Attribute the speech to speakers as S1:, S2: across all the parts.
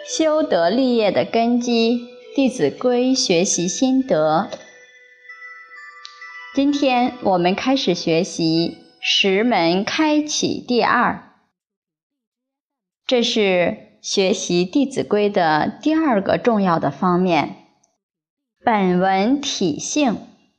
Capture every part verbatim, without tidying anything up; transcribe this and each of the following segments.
S1: 修德立业的根基，《弟子规》学习心得。今天我们开始学习十门开启第二，这是学习《弟子规》的第二个重要的方面。本文体性。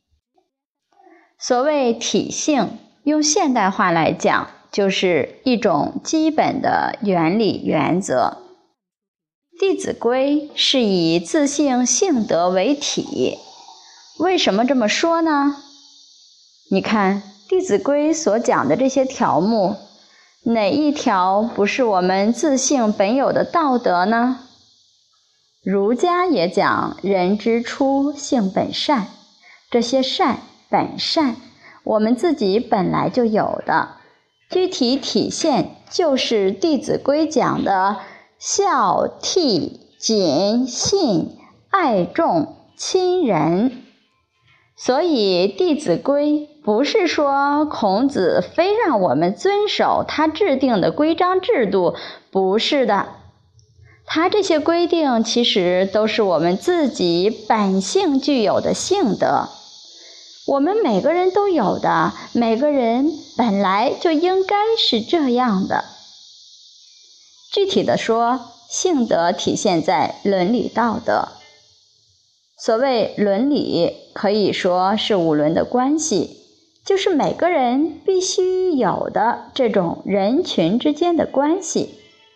S1: 所谓体性，用现代话来讲，就是一种基本的原理原则。《弟子规》是以自性性德为体，为什么这么说呢？你看，《弟子规》所讲的这些条目，哪一条不是我们自性本有的道德呢？儒家也讲人之初性本善，这些善本善，我们自己本来就有的，具体体现就是《弟子规》讲的孝悌谨信爱众亲仁。所以《弟子规》不是说孔子非让我们遵守他制定的规章制度，不是的。他这些规定其实都是我们自己本性具有的性德，我们每个人都有的，每个人本来就应该是这样的。具体的说，性德体现在伦理道德。所谓伦理，可以说是五伦的关系，就是每个人必须有的这种人群之间的关系。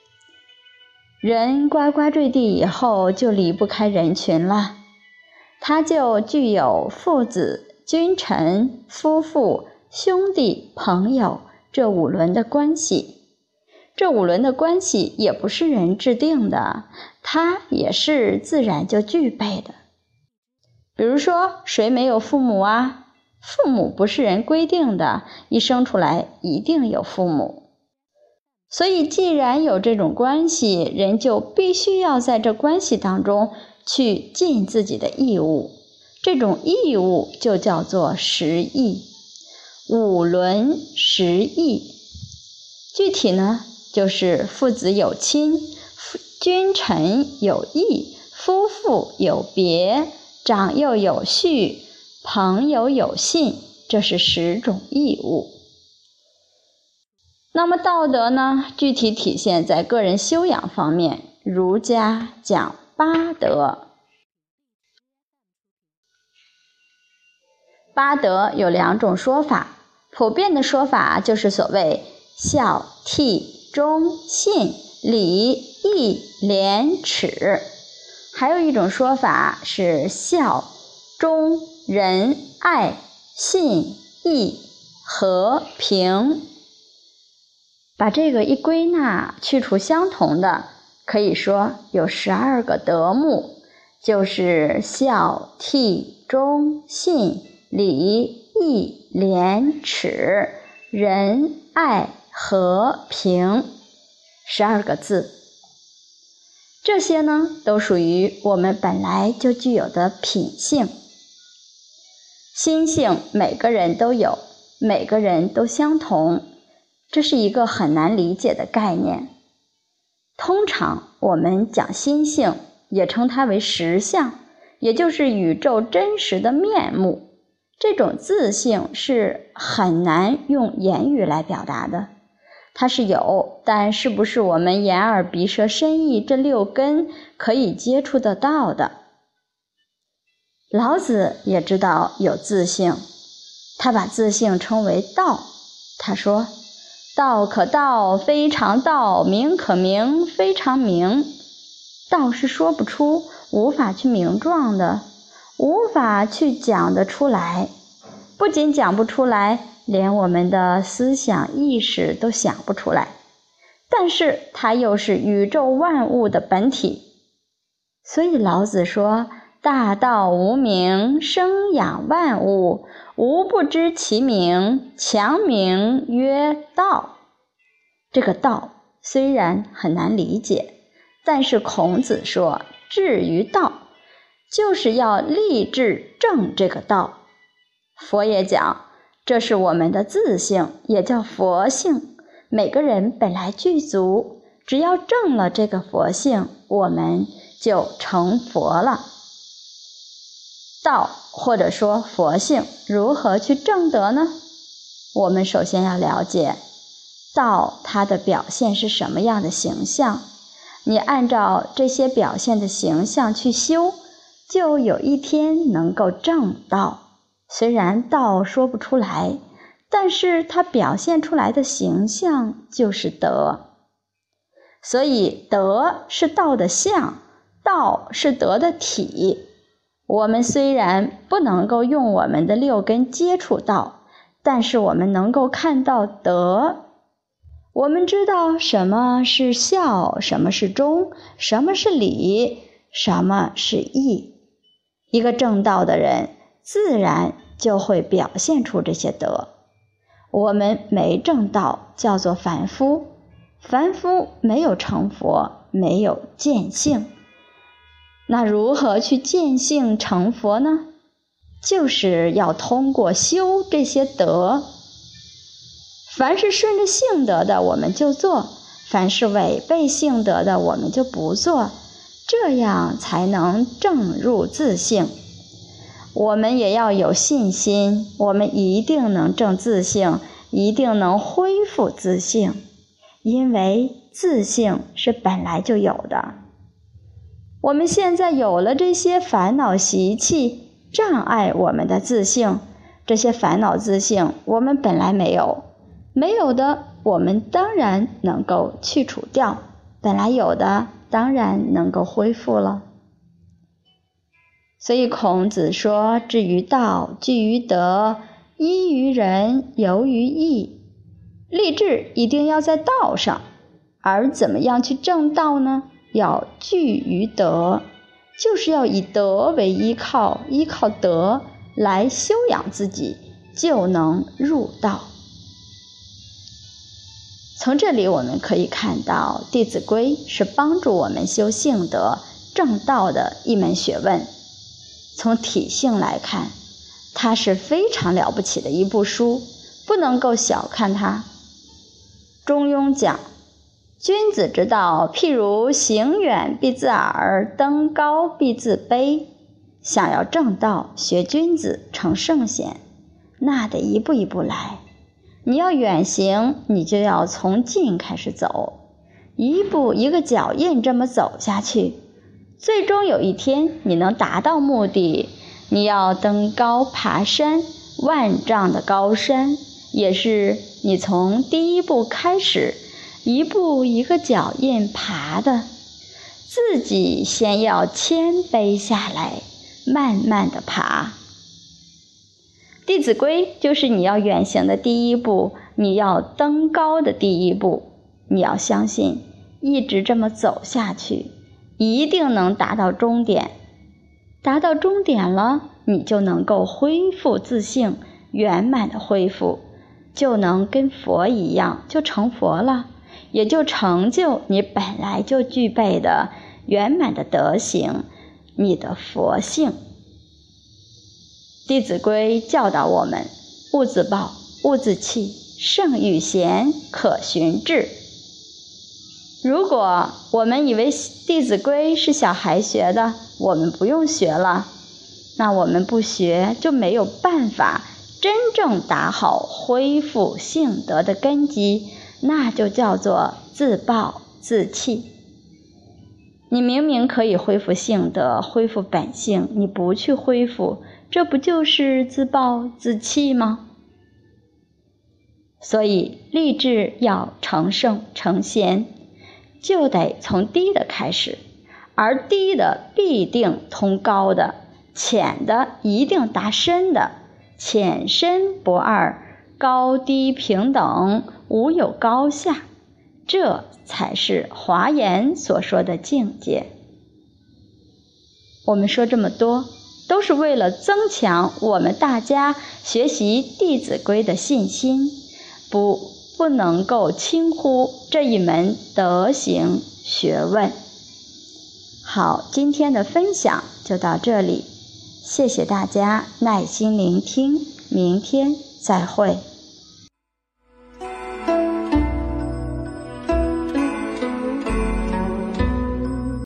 S1: 人呱呱坠地以后就离不开人群了，他就具有父子、君臣、夫妇、兄弟、朋友这五伦的关系。这五伦的关系也不是人制定的，它也是自然就具备的。比如说，谁没有父母啊？父母不是人规定的，一生出来一定有父母。所以既然有这种关系，人就必须要在这关系当中去尽自己的义务，这种义务就叫做十义。五伦十义，具体呢就是父子有亲，君臣有义，夫妇有别，长幼有序，朋友有信，这是十种义务。那么道德呢，具体体现在个人修养方面，儒家讲八德。八德有两种说法，普遍的说法就是所谓孝悌忠信礼义廉耻，还有一种说法是孝忠仁爱信义和平。把这个一归纳，去除相同的，可以说有十二个德目，就是孝悌忠信礼义廉耻仁爱和平，十二个字。这些呢，都属于我们本来就具有的品性。心性每个人都有，每个人都相同，这是一个很难理解的概念。通常我们讲心性，也称它为实相，也就是宇宙真实的面目。这种自性是很难用言语来表达的，它是有，但是不是我们眼耳鼻舌身意这六根可以接触得到的。老子也知道有自性，他把自性称为道。他说，道可道非常道，名可名非常名。道是说不出，无法去名状的，无法去讲得出来。不仅讲不出来，连我们的思想意识都想不出来，但是它又是宇宙万物的本体。所以老子说，大道无名，生养万物，无不知其名，强名曰道。这个道虽然很难理解，但是孔子说，至于道，就是要立志正这个道。佛也讲，这是我们的自性，也叫佛性，每个人本来具足， 只要证了这个佛性，我们就成佛了。道或者说佛性如何去证得呢？我们首先要了解道它的表现是什么样的形象，你按照这些表现的形象去修，就有一天能够证道。虽然道说不出来，但是它表现出来的形象就是德。所以德是道的相，道是德的体。我们虽然不能够用我们的六根接触道，但是我们能够看到德。我们知道什么是孝，什么是忠，什么是礼，什么是义。一个正道的人自然就会表现出这些德。我们没正道叫做凡夫，凡夫没有成佛，没有见性。那如何去见性成佛呢？就是要通过修这些德。凡是顺着性德的我们就做，凡是违背性德的我们就不做，这样才能正入自性。我们也要有信心，我们一定能正自性，一定能恢复自性，因为自性是本来就有的。我们现在有了这些烦恼习气，障碍我们的自性，这些烦恼自性我们本来没有，没有的我们当然能够去除掉，本来有的当然能够恢复了。所以孔子说，至于道，据于德，依于仁，游于义。立志一定要在道上，而怎么样去正道呢？要据于德，就是要以德为依靠，依靠德来修养自己，就能入道。从这里我们可以看到，《弟子规》是帮助我们修性德、正道的一门学问。从体性来看，它是非常了不起的一部书，不能够小看它。中庸讲，君子之道，譬如行远必自耳，登高必自卑。想要正道，学君子，成圣贤，那得一步一步来。你要远行，你就要从近开始走，一步一个脚印这么走下去，最终有一天你能达到目的。你要登高爬山，万丈的高山，也是你从第一步开始，一步一个脚印爬的。自己先要谦卑下来，慢慢的爬。弟子规就是你要远行的第一步，你要登高的第一步。你要相信，一直这么走下去，一定能达到终点。达到终点了，你就能够恢复自性，圆满的恢复，就能跟佛一样，就成佛了，也就成就你本来就具备的圆满的德行，你的佛性。弟子规教导我们，勿自暴，勿自弃，圣与贤，可循志。如果我们以为弟子规是小孩学的，我们不用学了，那我们不学就没有办法真正打好恢复性德的根基，那就叫做自暴自弃。你明明可以恢复性德，恢复本性，你不去恢复，这不就是自暴自弃吗？所以立志要成圣成贤，就得从低的开始，而低的必定通高的，浅的一定达深的，浅深不二，高低平等，无有高下，这才是华严所说的境界。我们说这么多，都是为了增强我们大家学习《弟子规》的信心，不不能够轻忽这一门德行学问。好，今天的分享就到这里，谢谢大家耐心聆听，明天再会。